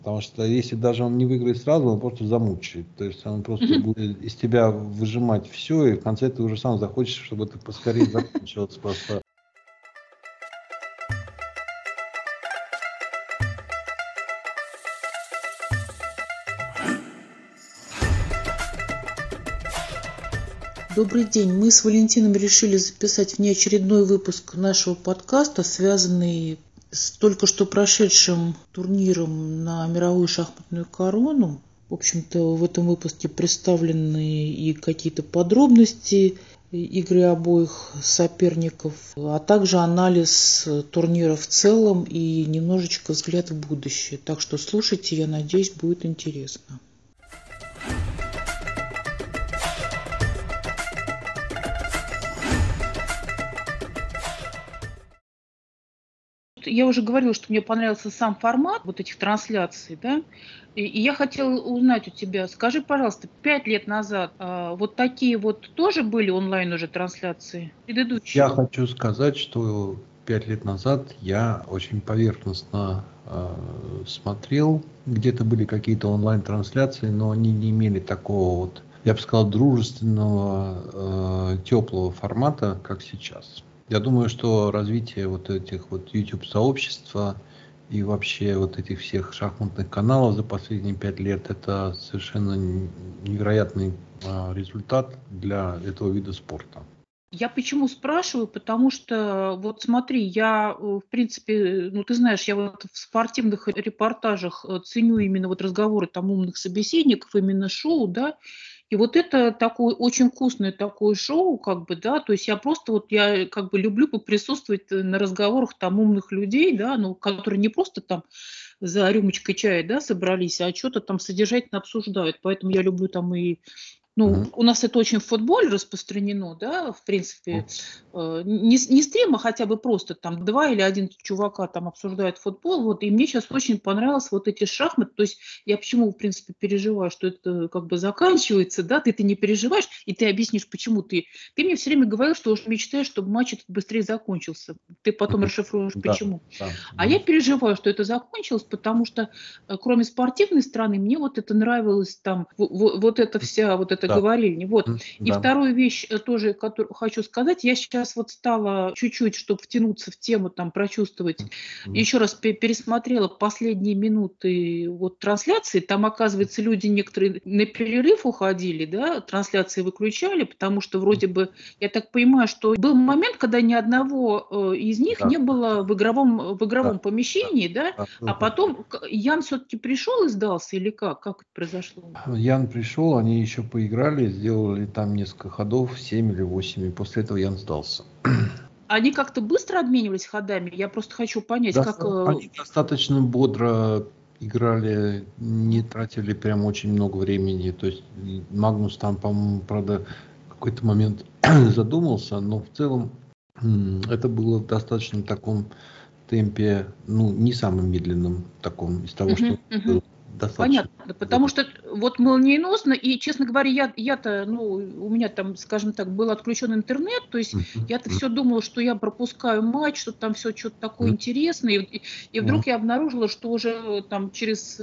Потому что если даже он не выиграет сразу, он просто замучает. То есть он просто будет из тебя выжимать все, и в конце ты уже сам захочешь, чтобы это поскорее закончилось просто. Добрый день. Мы с Валентином решили записать внеочередной выпуск нашего подкаста, связанный с только что прошедшим турниром на мировую шахматную корону. В общем-то, в этом выпуске представлены и какие-то подробности игры обоих соперников, а также анализ турнира в целом и немножечко взгляд в будущее. Так что слушайте, я надеюсь, будет интересно. Я уже говорила, что мне понравился сам формат вот этих трансляций, да, и я хотела узнать у тебя, скажи, пожалуйста, 5 лет назад вот такие вот тоже были онлайн уже трансляции предыдущие? Я хочу сказать, что 5 лет назад я очень поверхностно смотрел, где-то были какие-то онлайн-трансляции, но они не имели такого вот, я бы сказал, дружественного, теплого формата, как сейчас. Я думаю, что развитие вот этих вот YouTube-сообщества и вообще вот этих всех шахматных каналов за последние 5 лет это совершенно невероятный результат для этого вида спорта. Я почему спрашиваю? Потому что, вот смотри, я, в принципе, ну, ты знаешь, я вот в спортивных репортажах ценю именно вот разговоры там умных собеседников, именно шоу, да, и вот это такое очень вкусное такое шоу, как бы, да, то есть я просто вот, я как бы люблю поприсутствовать на разговорах там умных людей, да, ну, которые не просто там за рюмочкой чая, да, собрались, а что-то там содержательно обсуждают, поэтому я люблю там и ну, у нас это очень в футболе распространено, да, в принципе, не стрим, а хотя бы просто там 2 или 1 чувака там обсуждает футбол, вот, и мне сейчас очень понравилось вот эти шахматы, то есть я почему, в принципе, переживаю, что это как бы заканчивается, да, ты не переживаешь, и ты объяснишь, почему ты мне все время говорил, что уж мечтаешь, чтобы матч этот быстрее закончился, ты потом расшифруешь, Да, почему. да. А я переживаю, что это закончилось, потому что кроме спортивной стороны, мне вот это нравилось там, вот эта вся, вот это Да. говорильня. Вот. И Да. вторую вещь тоже, которую хочу сказать, я сейчас вот стала чуть-чуть, чтобы втянуться в тему, там, прочувствовать, еще раз пересмотрела последние минуты вот трансляции, там, оказывается, люди некоторые на перерыв уходили, да, трансляции выключали, потому что вроде бы, я так понимаю, что был момент, когда ни одного из них Да. не было в игровом Да. помещении, да, Да. а потом Ян все-таки пришел и сдался или как? Как это произошло? Ян пришел, они еще поиграли, сделали там несколько ходов, 7 или 8, и после этого Ян сдался. Они как-то быстро обменивались ходами? Я просто хочу понять, как... Они достаточно бодро играли, не тратили прям очень много времени. То есть Магнус там, по-моему, правда, в какой-то момент задумался, но в целом это было в достаточно таком темпе, ну, не самым медленным таком из того, что было. Достаточно. Понятно, потому что вот молниеносно, и, честно говоря, я-то, ну, у меня там, скажем так, был отключен интернет, то есть я-то все думала, что я пропускаю матч, что там все что-то такое интересное, и вдруг я обнаружила, что уже там через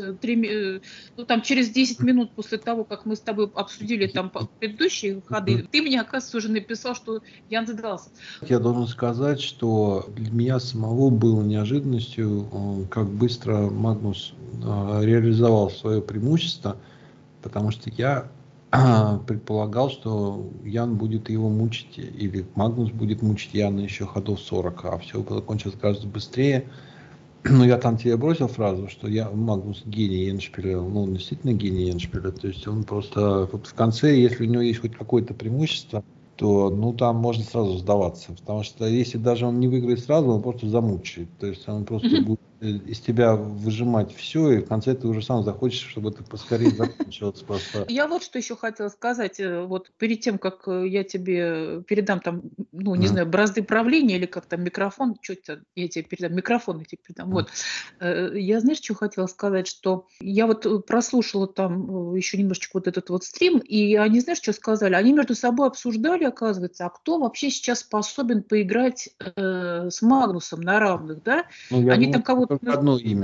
ну, там через 10 минут после того, как мы с тобой обсудили там предыдущие ходы, ты мне, оказывается, уже написал, что Ян сдался. Я должен сказать, что для меня самого было неожиданностью, как быстро Магнус реализовал свое преимущество, потому что я предполагал, что Ян будет его мучить, или Магнус будет мучить Яна еще ходов 40, а все закончилось гораздо быстрее. Но я там тебе бросил фразу, что Магнус гений Эндшпиля, ну, он действительно гений Эндшпиля, то есть он просто вот в конце, если у него есть хоть какое-то преимущество, то, ну, там можно сразу сдаваться, потому что если даже он не выиграет сразу, он просто замучает, то есть он просто будет из тебя выжимать все, и в конце ты уже сам захочешь, чтобы это поскорее закончилось просто. Я вот что еще хотела сказать, вот перед тем, как я тебе передам там, ну, не знаю, бразды правления или как там микрофон, что это я тебе передам, микрофон я тебе передам. Вот. Я, знаешь, что хотела сказать, что я вот прослушала там еще немножечко вот этот вот стрим, и они, знаешь, что сказали? Они между собой обсуждали, оказывается, а кто вообще сейчас способен поиграть с Магнусом на равных, да? Ну, я Они думаю, там кого-то... только одно имя.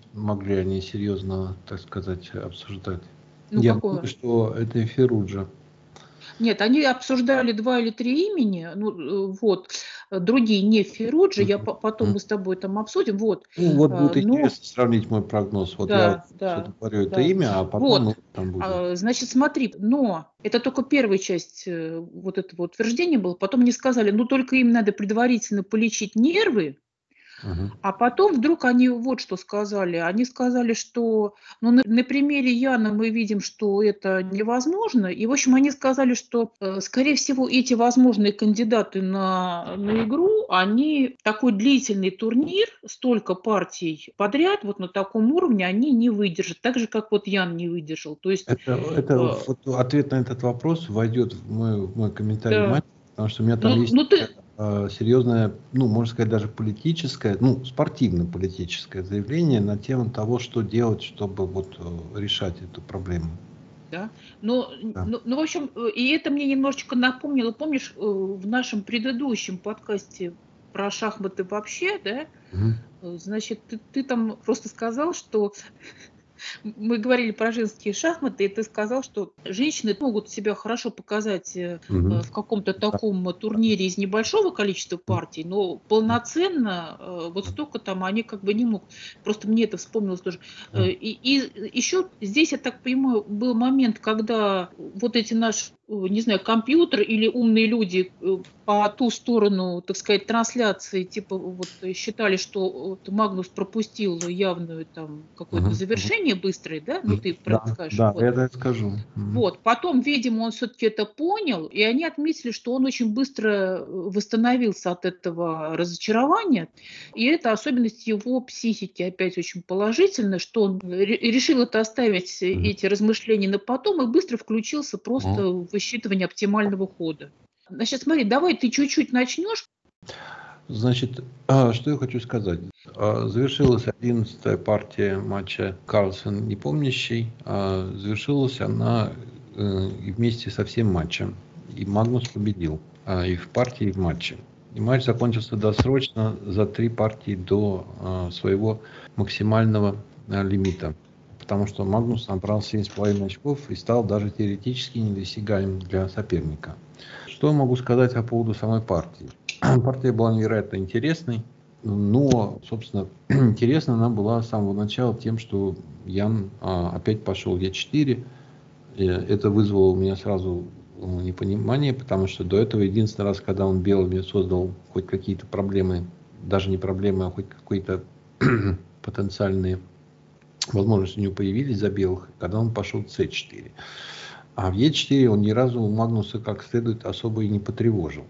могли они серьезно, так сказать, обсуждать? Ну, Я думаю, какое? что это Ферруджа. Нет, они обсуждали 2 или 3 имени, вот, другие, не Ферруджи, Мгм. потом Мгм. мы с тобой там обсудим, вот. Ну, вот будет Но интересно сравнить мой прогноз. Вот я вот да, что-то да, говорю это да. имя, а потом мы Вот, там будем. значит, смотри, но это только первая часть, вот этого утверждения была. Потом мне сказали: "Ну, только им надо предварительно полечить нервы". Мгм. А потом вдруг они вот что сказали. Они сказали, что, ну, на примере Яна мы видим, что это невозможно. И, в общем, они сказали, что, скорее всего, эти возможные кандидаты на игру, они такой длительный турнир, столько партий подряд, вот на таком уровне они не выдержат. Так же, как вот Ян не выдержал. То есть, Это э, вот ответ на этот вопрос войдет в мой комментарий да. матча, потому что у меня там Ну, есть ну ты, серьезное, ну, можно сказать, даже политическое, ну, спортивно-политическое заявление на тему того, что делать, чтобы вот решать эту проблему. Да. Но, Да. в общем, и это мне немножечко напомнило, помнишь, в нашем предыдущем подкасте про шахматы вообще, да, Мгм. значит, ты там просто сказал, что мы говорили про женские шахматы, и ты сказал, что женщины могут себя хорошо показать, Мгм. в каком-то Да. таком турнире из небольшого количества Мгм. партий, но полноценно, вот столько там они как бы не могут. Просто мне это вспомнилось тоже. Мгм. И еще здесь, я так понимаю, был момент, когда вот эти наши, не знаю, компьютер или умные люди, по ту сторону, так сказать, трансляции, типа, вот считали, что вот Магнус пропустил явную там какое-то Мгм. Мгм. завершение быстрое, да? Ну, Мгм. ты про это Да, скажешь. да, Вот. я это скажу. Мгм. Вот. Потом, видимо, он все-таки это понял, и они отметили, что он очень быстро восстановился от этого разочарования. И это особенность его психики опять очень положительная, что он решил это оставить, Мгм. эти размышления на потом, и быстро включился просто Мгм. в высчитывание оптимального хода. Значит, смотри, давай ты чуть-чуть начнешь. Значит, что я хочу сказать. Завершилась 11-я партия матча Карлсон непомнящий. Завершилась она и вместе со всем матчем. И Магнус победил и в партии, и в матче. И матч закончился досрочно за 3 партии до своего максимального лимита. Потому что Магнус набрал 7,5 очков и стал даже теоретически недосягаем для соперника. Что я могу сказать по поводу самой партии? Партия была невероятно интересной, но, собственно, интересна она была с самого начала тем, что Ян опять пошел Е4. Это вызвало у меня сразу непонимание, потому что до этого единственный раз, когда он белыми создал хоть какие-то проблемы, даже не проблемы, а хоть какие-то потенциальные возможности у него появились за белых, когда он пошел С4. А в Е4 он ни разу у Магнуса как следует особо и не потревожил.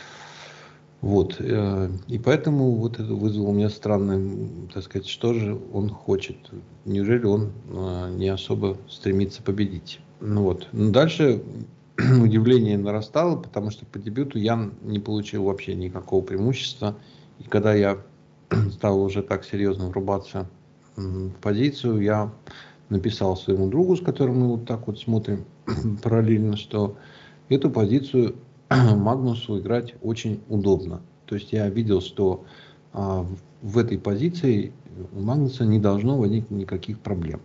Вот. И поэтому вот это вызвало у меня странное, так сказать, что же он хочет. Неужели он не особо стремится победить? Ну вот. Но дальше удивление нарастало, потому что по дебюту Ян не получил вообще никакого преимущества. И когда я стал уже так серьезно врубаться в позицию, я написал своему другу, с которым мы вот так вот смотрим параллельно, что эту позицию Магнусу играть очень удобно. То есть я видел, что в этой позиции у Магнуса не должно возникнуть никаких проблем.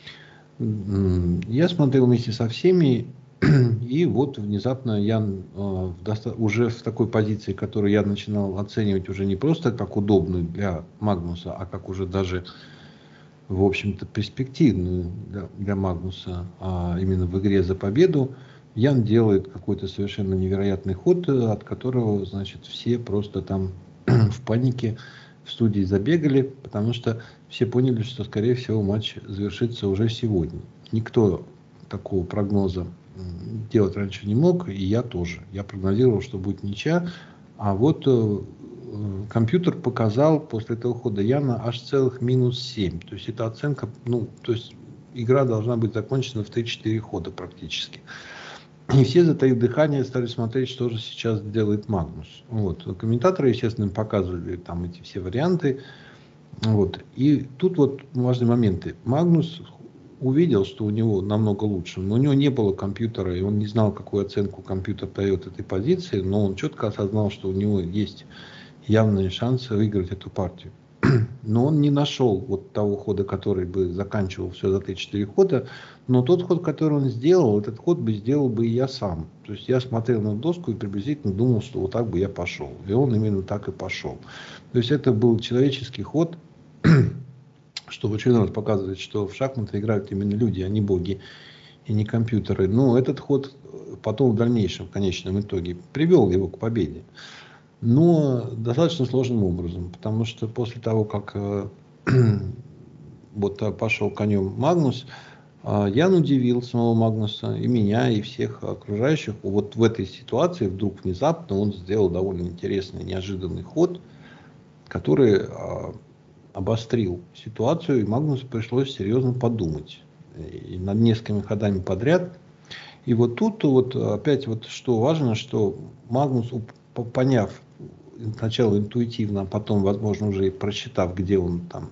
Я смотрел вместе со всеми, и вот внезапно я уже в такой позиции, которую я начинал оценивать уже не просто как удобную для Магнуса, а как уже даже, в общем-то, перспективную для Магнуса, а именно в игре за победу, Ян делает какой-то совершенно невероятный ход, от которого, значит, все просто там в панике в студии забегали, потому что все поняли, что, скорее всего, матч завершится уже сегодня. Никто такого прогноза делать раньше не мог, и я тоже. Я прогнозировал, что будет ничья, а вот компьютер показал после этого хода Яна аж целых -7. То есть это оценка, ну, то есть игра должна быть закончена в 3-4 хода практически. И все, затаив дыхание, стали смотреть, что же сейчас делает Магнус. Вот. Комментаторы, естественно, показывали там эти все варианты. Вот. И тут вот важные моменты. Магнус увидел, что у него намного лучше, но у него не было компьютера, и он не знал, какую оценку компьютер дает этой позиции, но он четко осознал, что у него есть явные шансы выиграть эту партию. но он не нашел вот того хода, который бы заканчивал все за 3-4 хода. Но тот ход, который он сделал, этот ход бы сделал бы и я сам. То есть я смотрел на доску и приблизительно думал, что вот так бы я пошел. И он именно так и пошел. То есть это был человеческий ход, что в очередной раз показывает, что в шахматы играют именно люди, а не боги и не компьютеры. Но этот ход потом в дальнейшем, в конечном итоге, привел его к победе. Но достаточно сложным образом, потому что после того, как вот пошел конем Магнус, Ян удивил самого Магнуса, и меня, и всех окружающих. Вот в этой ситуации вдруг внезапно он сделал довольно интересный, неожиданный ход, который обострил ситуацию, и Магнусу пришлось серьезно подумать. И над несколькими ходами подряд. И вот тут вот опять вот что важно, что Магнус, поняв сначала интуитивно, а потом, возможно, уже и просчитав, где он там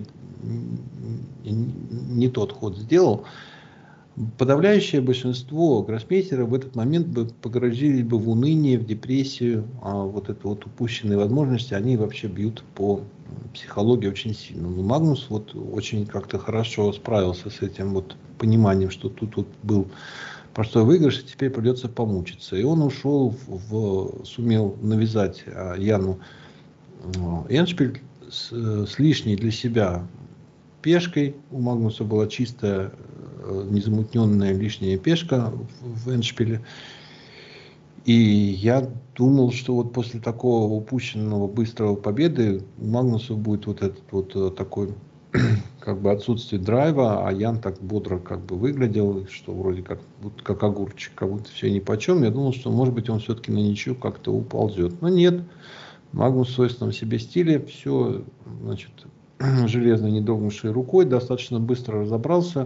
не тот ход сделал, подавляющее большинство гроссмейстеров в этот момент бы погрузились бы в уныние, в депрессию, а вот это вот упущенные возможности, они вообще бьют по психологии очень сильно. Но Магнус вот очень как-то хорошо справился с этим вот пониманием, что тут вот был простой выигрыш, и теперь придется помучиться. И он ушел сумел навязать Яну эндшпиль с лишней для себя пешкой. У Магнуса была чистая, незамутненная лишняя пешка в эндшпиле. И я думал, что вот после такого упущенного быстрого победы у Магнуса будет вот этот вот такой как бы отсутствие драйва, а Ян так бодро как бы выглядел, что вроде как огурчик, как будто все нипочем. Я думал, что может быть он все-таки на ничью как-то уползет. Но нет. Магнус в свойственном себе стиле все, значит, железной недрогнувшей рукой достаточно быстро разобрался.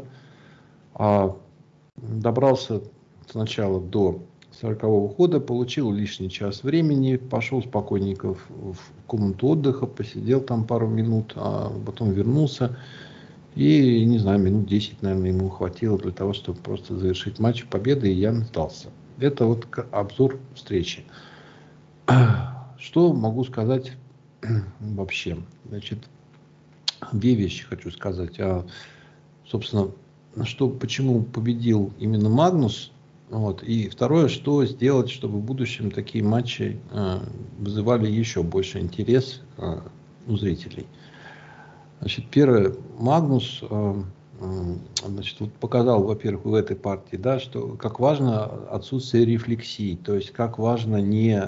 Добрался сначала до 40-го хода, получил лишний час времени, пошел спокойненько в комнату отдыха, посидел там пару минут, а потом вернулся. И, не знаю, минут 10, наверное, ему хватило для того, чтобы просто завершить матч победой, и Ян сдался. Это вот обзор встречи. Что могу сказать вообще? Значит, две вещи хочу сказать. Собственно, почему победил именно Магнус. Вот. И второе, что сделать, чтобы в будущем такие матчи вызывали еще больше интерес у зрителей. Значит, первое, Магнус значит, вот показал, во-первых, в этой партии, да, что как важно отсутствие рефлексии, то есть как важно не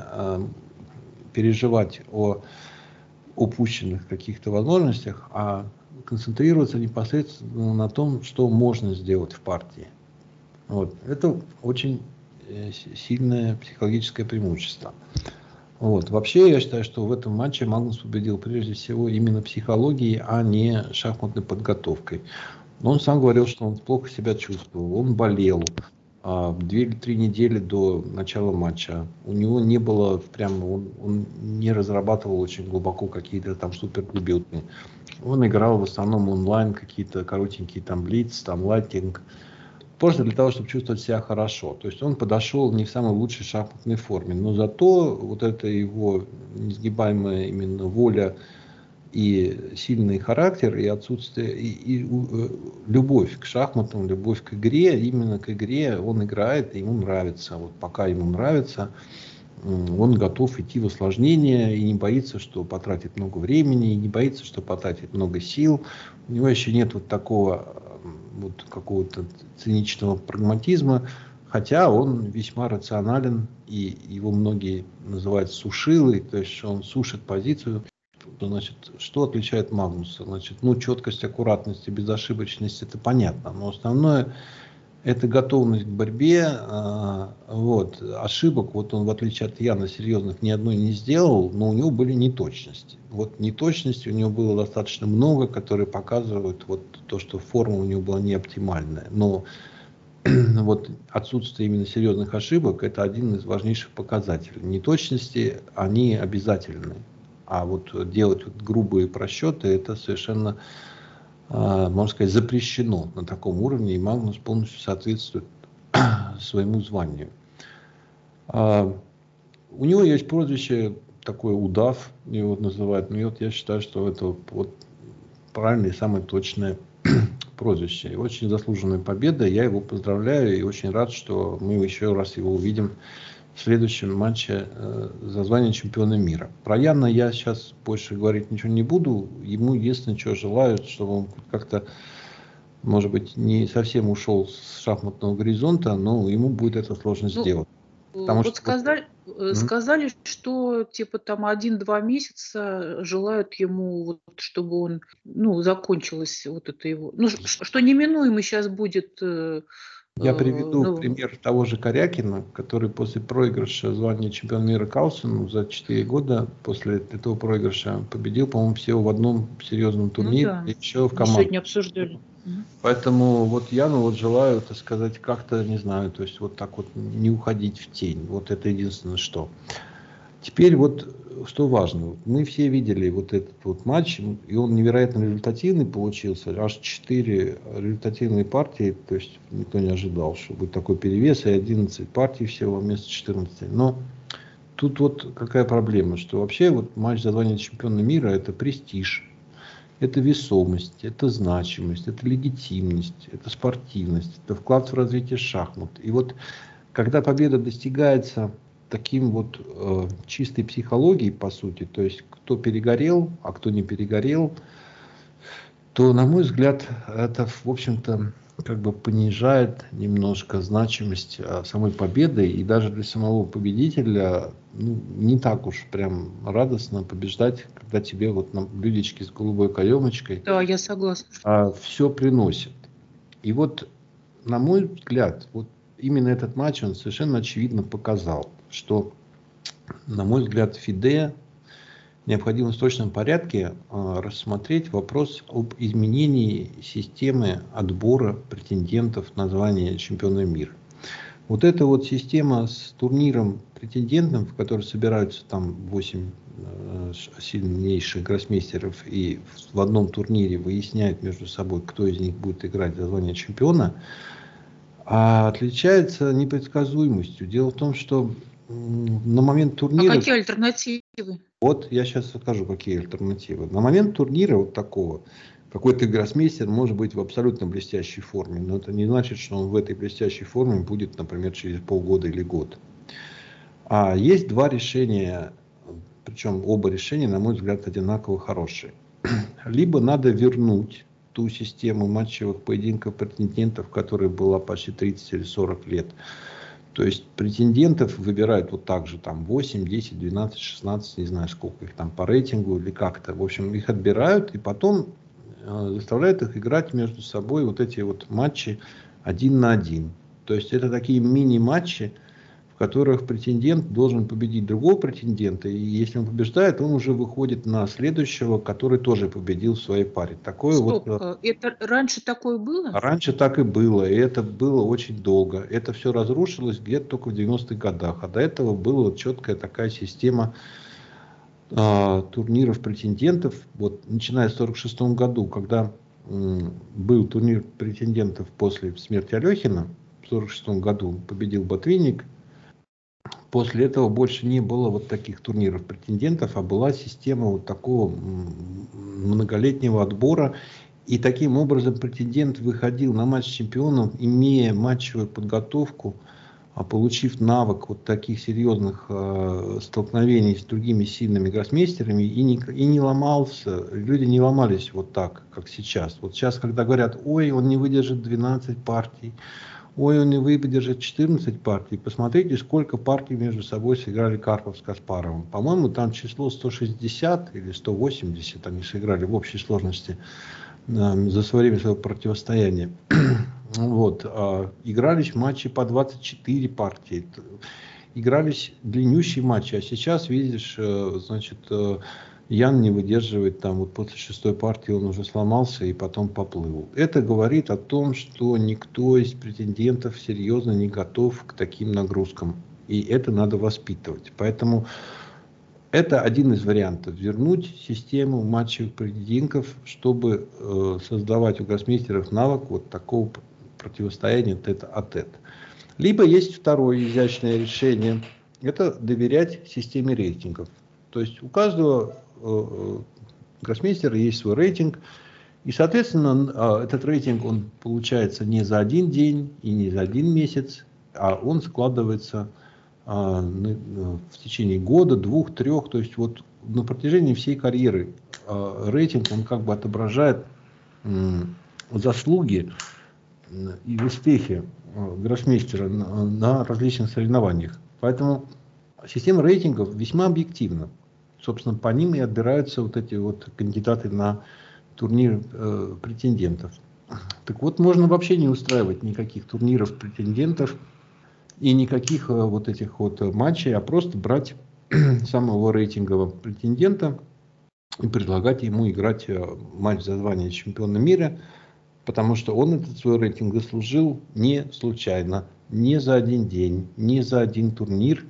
переживать о упущенных каких-то возможностях, а концентрироваться непосредственно на том, что можно сделать в партии. Вот. Это очень сильное психологическое преимущество. Вот. Вообще, я считаю, что в этом матче Магнус победил прежде всего именно психологией, а не шахматной подготовкой. Но он сам говорил, что он плохо себя чувствовал, он болел 2 или 3 недели до начала матча. У него не было прямо, он не разрабатывал очень глубоко какие-то там супердебюты. Он играл в основном онлайн, какие-то коротенькие там блиц, там лайтинг. Просто для того, чтобы чувствовать себя хорошо. То есть он подошел не в самой лучшей шахматной форме. Но зато вот эта его несгибаемая именно воля и сильный характер, и отсутствие, и любовь к шахматам, любовь к игре, именно к игре он играет, и ему нравится. Вот пока ему нравится, он готов идти в осложнения и не боится, что потратит много времени, и не боится, что потратит много сил. У него еще нет вот такого вот какого-то циничного прагматизма, хотя он весьма рационален, и его многие называют сушилой, то есть он сушит позицию. Значит, что отличает Магнуса? Значит, четкость, аккуратность и безошибочность, это понятно, но основное это готовность к борьбе. Вот. Ошибок, вот он, в отличие от Яна, серьезных ни одной не сделал, но у него были неточности. Вот неточностей у него было достаточно много, которые показывают вот то, что форма у него была не оптимальная. Но вот отсутствие именно серьезных ошибок – это один из важнейших показателей. Неточности, они обязательны. А вот делать вот грубые просчеты – это совершенно, можно сказать, запрещено на таком уровне, и Магнус полностью соответствует своему званию. У него есть прозвище такой удав, его называют. И вот я считаю, что это вот правильное и самое точное прозвище. И очень заслуженная победа. Я его поздравляю и очень рад, что мы еще раз его увидим в следующем матче за звание чемпиона мира. Про Яна я сейчас больше говорить ничего не буду. Ему единственное, чего желаю, чтобы он как-то, может быть, не совсем ушел с шахматного горизонта, но ему будет это сложно сделать. Потому Вот что сказали, что типа там 1-2 месяца желают ему, вот, чтобы он, закончилось вот это его, что неминуемо сейчас будет, я приведу ну, пример того же Корякина, который после проигрыша звания чемпиона мира Карлсону за 4 года после этого проигрыша победил, по-моему, всего в одном серьезном турнире, да, еще в мы команде. сегодня обсуждали. Поэтому вот Яну вот желаю, так сказать, как-то, не знаю, то есть вот так вот не уходить в тень. Вот это единственное, что. Теперь вот что важно. Мы все видели вот этот вот матч, и он невероятно результативный получился. Аж 4 результативные партии, то есть никто не ожидал, что будет такой перевес, и 11 партий всего вместо 14. Но тут вот какая проблема, что вообще вот матч за звание чемпиона мира — это престиж. Это весомость, это значимость, это легитимность, это спортивность, это вклад в развитие шахмат. И вот когда победа достигается таким вот чистой психологией, по сути, то есть кто перегорел, а кто не перегорел, то, на мой взгляд, это, в общем-то, как бы понижает немножко значимость самой победы, и даже для самого победителя не так уж прям радостно побеждать, когда тебе вот на блюдечке с голубой каемочкой Да, я согласна. все приносит. И вот, на мой взгляд, вот именно этот матч, он совершенно очевидно показал, что, на мой взгляд, ФИДЕ необходимо в срочном порядке рассмотреть вопрос об изменении системы отбора претендентов на звание чемпиона мира. Вот эта вот система с турниром претендентов, в которой собираются там 8 сильнейших гроссмейстеров и в одном турнире выясняют между собой, кто из них будет играть за звание чемпиона, отличается непредсказуемостью. Дело в том, что на момент турнира... А какие альтернативы? Вот я сейчас скажу, какие альтернативы. На момент турнира вот такого, какой-то гроссмейстер может быть в абсолютно блестящей форме, но это не значит, что он в этой блестящей форме будет, например, через полгода или год. А есть два решения, причем оба решения, на мой взгляд, одинаково хорошие. Либо надо вернуть ту систему матчевых поединков претендентов, которая была почти 30 или 40 лет. То есть претендентов выбирают вот так же, там 8, 10, 12, 16, не знаю сколько их там по рейтингу или как-то. В общем, их отбирают и потом заставляют их играть между собой вот эти вот матчи 1 на 1. То есть это такие мини-матчи, в которых претендент должен победить другого претендента, и если он побеждает, он уже выходит на следующего, который тоже победил в своей паре. Такое Стоп, вот... это раньше такое было? Раньше так и было, и это было очень долго. Это все разрушилось где-то только в 90-х годах. А до этого была вот четкая такая система турниров претендентов. Вот, начиная с 1946 году, когда был турнир претендентов после смерти Алехина, в 1946 году победил Ботвинник. После этого больше не было вот таких турниров претендентов, а была система вот такого многолетнего отбора. И таким образом претендент выходил на матч чемпионов, имея матчевую подготовку, получив навык вот таких серьезных столкновений с другими сильными гроссмейстерами, и не ломался, люди не ломались вот так, как сейчас. Вот сейчас, когда говорят, ой, он не выдержит 12 партий, ой, он не выдержит 14 партий, посмотрите, сколько партий между собой сыграли Карпов с Каспаровым. По-моему, там число 160 или 180 они сыграли в общей сложности за свое время своего противостояния. Вот. Игрались матчи по 24 партии. Игрались длиннющие матчи. А сейчас, видишь, значит, Ян не выдерживает, там вот после 6-й партии он уже сломался и потом поплыл. Это говорит о том, что никто из претендентов серьезно не готов к таким нагрузкам. И это надо воспитывать. Поэтому это один из вариантов. Вернуть систему матчевых поединков, чтобы создавать у гроссмейстеров навык вот такого противостояния тет-а-тет. Либо есть второе изящное решение. Это доверять системе рейтингов. То есть у каждого гроссмейстера есть свой рейтинг. И, соответственно, этот рейтинг, он получается не за один день и не за один месяц, а он складывается в течение года, 2-3. То есть вот на протяжении всей карьеры рейтинг, он как бы отображает заслуги и успехи гроссмейстера на различных соревнованиях. Поэтому система рейтингов весьма объективна. Собственно, по ним и отбираются вот эти вот кандидаты на турнир претендентов. Так вот, можно вообще не устраивать никаких турниров претендентов и никаких вот этих вот матчей, а просто брать самого рейтингового претендента и предлагать ему играть матч за звание чемпиона мира, потому что он этот свой рейтинг заслужил не случайно, не за один день, не за один турнир.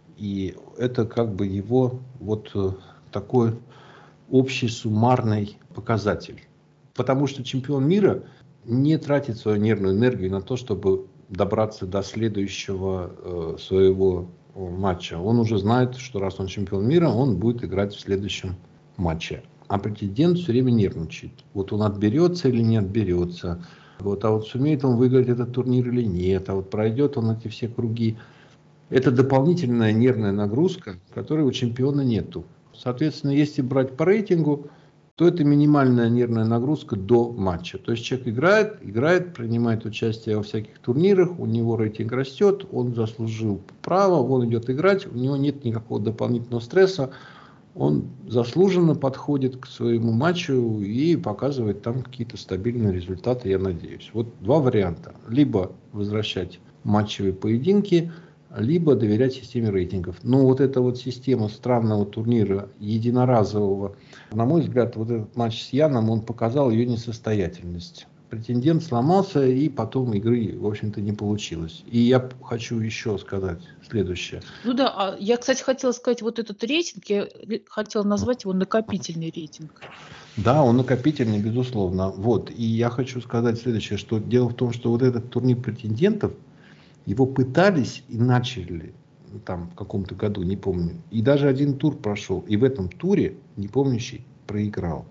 И это как бы его вот такой общий суммарный показатель. Потому что чемпион мира не тратит свою нервную энергию на то, чтобы добраться до следующего своего матча. Он уже знает, что раз он чемпион мира, он будет играть в следующем матче. А претендент все время нервничает. Вот он отберется или не отберется. Вот, а вот сумеет он выиграть этот турнир или нет. А вот пройдет он эти все круги. Это дополнительная нервная нагрузка, которой у чемпиона нету. Соответственно, если брать по рейтингу, то это минимальная нервная нагрузка до матча. То есть человек играет, принимает участие во всяких турнирах, у него рейтинг растет, он заслужил право, он идет играть, у него нет никакого дополнительного стресса, он заслуженно подходит к своему матчу и показывает там какие-то стабильные результаты, я надеюсь. Вот два варианта. Либо возвращать матчевые поединки, либо доверять системе рейтингов. Но вот эта вот система странного турнира, единоразового, на мой взгляд, вот этот матч с Яном, он показал ее несостоятельность. Претендент сломался, и потом игры, в общем-то, не получилось. И я хочу еще сказать следующее. Ну да, я, кстати, хотела сказать, вот этот рейтинг, я хотела назвать его накопительный рейтинг. Да, он накопительный, безусловно. Вот. И я хочу сказать следующее, что дело в том, что вот этот турнир претендентов, его пытались и начали там в каком-то году, не помню. И даже один тур прошел. И в этом туре непомнящий проиграл.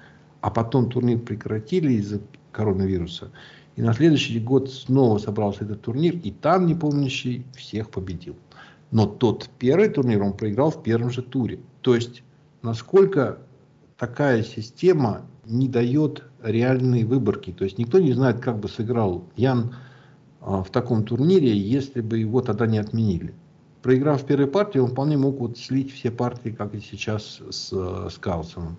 А потом турнир прекратили из-за коронавируса. И на следующий год снова собрался этот турнир. И там непомнящий всех победил. Но тот первый турнир он проиграл в первом же туре. То есть, насколько такая система не дает реальной выборки. То есть, никто не знает, как бы сыграл Ян в таком турнире, если бы его тогда не отменили. Проиграв в первой партии, он вполне мог вот слить все партии, как и сейчас с Карлсоном.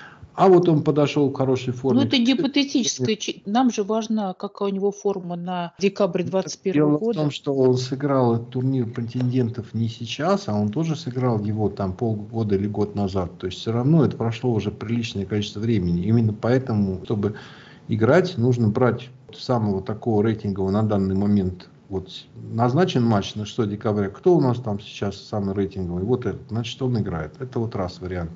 А вот он подошел к хорошей форме. Ну, это гипотетическое. Нам же важна, какая у него форма на декабрь 2021 года. Дело в том, что он сыграл этот турнир претендентов не сейчас, а он тоже сыграл его там полгода или год назад. То есть все равно это прошло уже приличное количество времени. Именно поэтому, чтобы играть, нужно брать самого такого рейтингового на данный момент. Вот назначен матч на 6 декабря. Кто у нас там сейчас самый рейтинговый? Вот этот. Значит, он играет. Это вот раз вариант.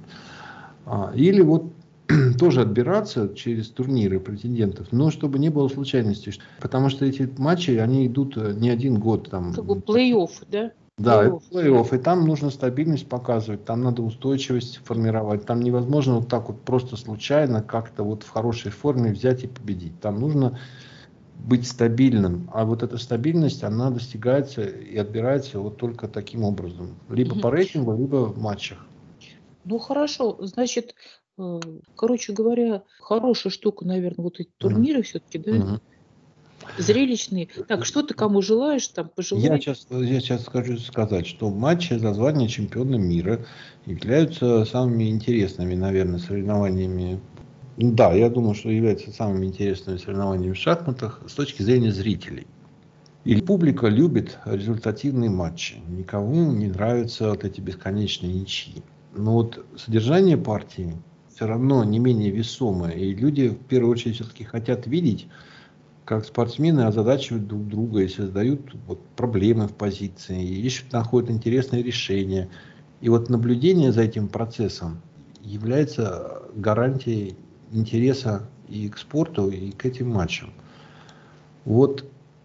Или вот тоже отбираться через турниры претендентов, но чтобы не было случайностей. Потому что эти матчи, они идут не один год. Там, как бы плей-офф, да? Да, это плей-офф. И там нужно стабильность показывать, там надо устойчивость формировать. Там невозможно вот так вот просто случайно как-то вот в хорошей форме взять и победить. Там нужно быть стабильным. А вот эта стабильность, она достигается и отбирается вот только таким образом. Либо по рейтингу, либо в матчах. Ну, хорошо. Значит, короче говоря, хорошая штука, наверное, вот эти турниры все-таки, да? Зрелищные. Так, что ты кому желаешь, там, пожелай? Я сейчас хочу сказать, что матчи за звание чемпиона мира являются самыми интересными, наверное, соревнованиями. Да, я думаю, что являются самыми интересными соревнованиями в шахматах с точки зрения зрителей. И публика любит результативные матчи. Никому не нравятся вот эти бесконечные ничьи. Но вот содержание партии все равно не менее весомое. И люди в первую очередь все-таки хотят видеть, как спортсмены озадачивают друг друга и создают вот проблемы в позиции, ищут, находят интересные решения. И вот наблюдение за этим процессом является гарантией интереса и к спорту, и к этим матчам. Вот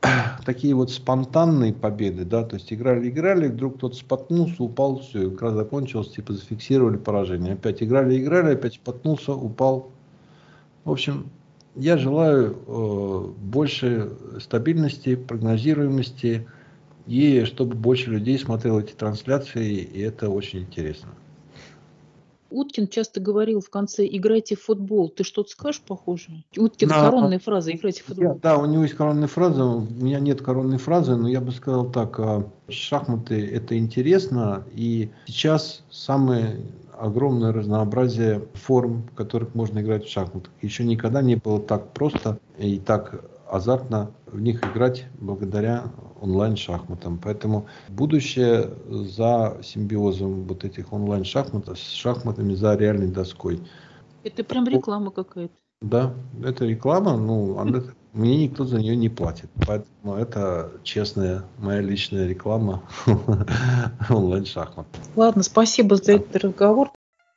такие вот спонтанные победы, да, то есть играли, вдруг кто-то споткнулся, упал, все, игра закончилась, типа зафиксировали поражение. Опять играли, опять споткнулся, упал. В общем, я желаю больше стабильности, прогнозируемости, и чтобы больше людей смотрело эти трансляции, и это очень интересно. Уткин часто говорил в конце: играйте в футбол. Ты что-то скажешь похожее? Уткин коронная фраза: играйте в футбол. Да, у него есть коронная фраза, у меня нет коронной фразы, но я бы сказал так, шахматы это интересно, и сейчас самое огромное разнообразие форм, в которых можно играть в шахматы. Еще никогда не было так просто и так азартно в них играть благодаря онлайн-шахматам. Поэтому будущее за симбиозом вот этих онлайн-шахмат с шахматами за реальной доской. Это прям реклама какая-то. Да, это реклама, мне никто за нее не платит. Поэтому это честная моя личная реклама онлайн-шахмат. Ладно, спасибо за этот разговор.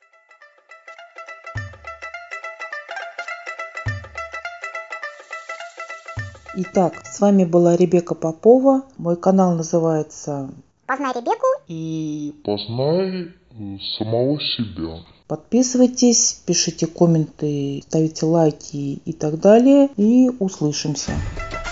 Итак, с вами была Ребекка Попова. Мой канал называется «Познай Ребекку» и «Познай самого себя». Подписывайтесь, пишите комменты, ставите лайки и так далее. И услышимся.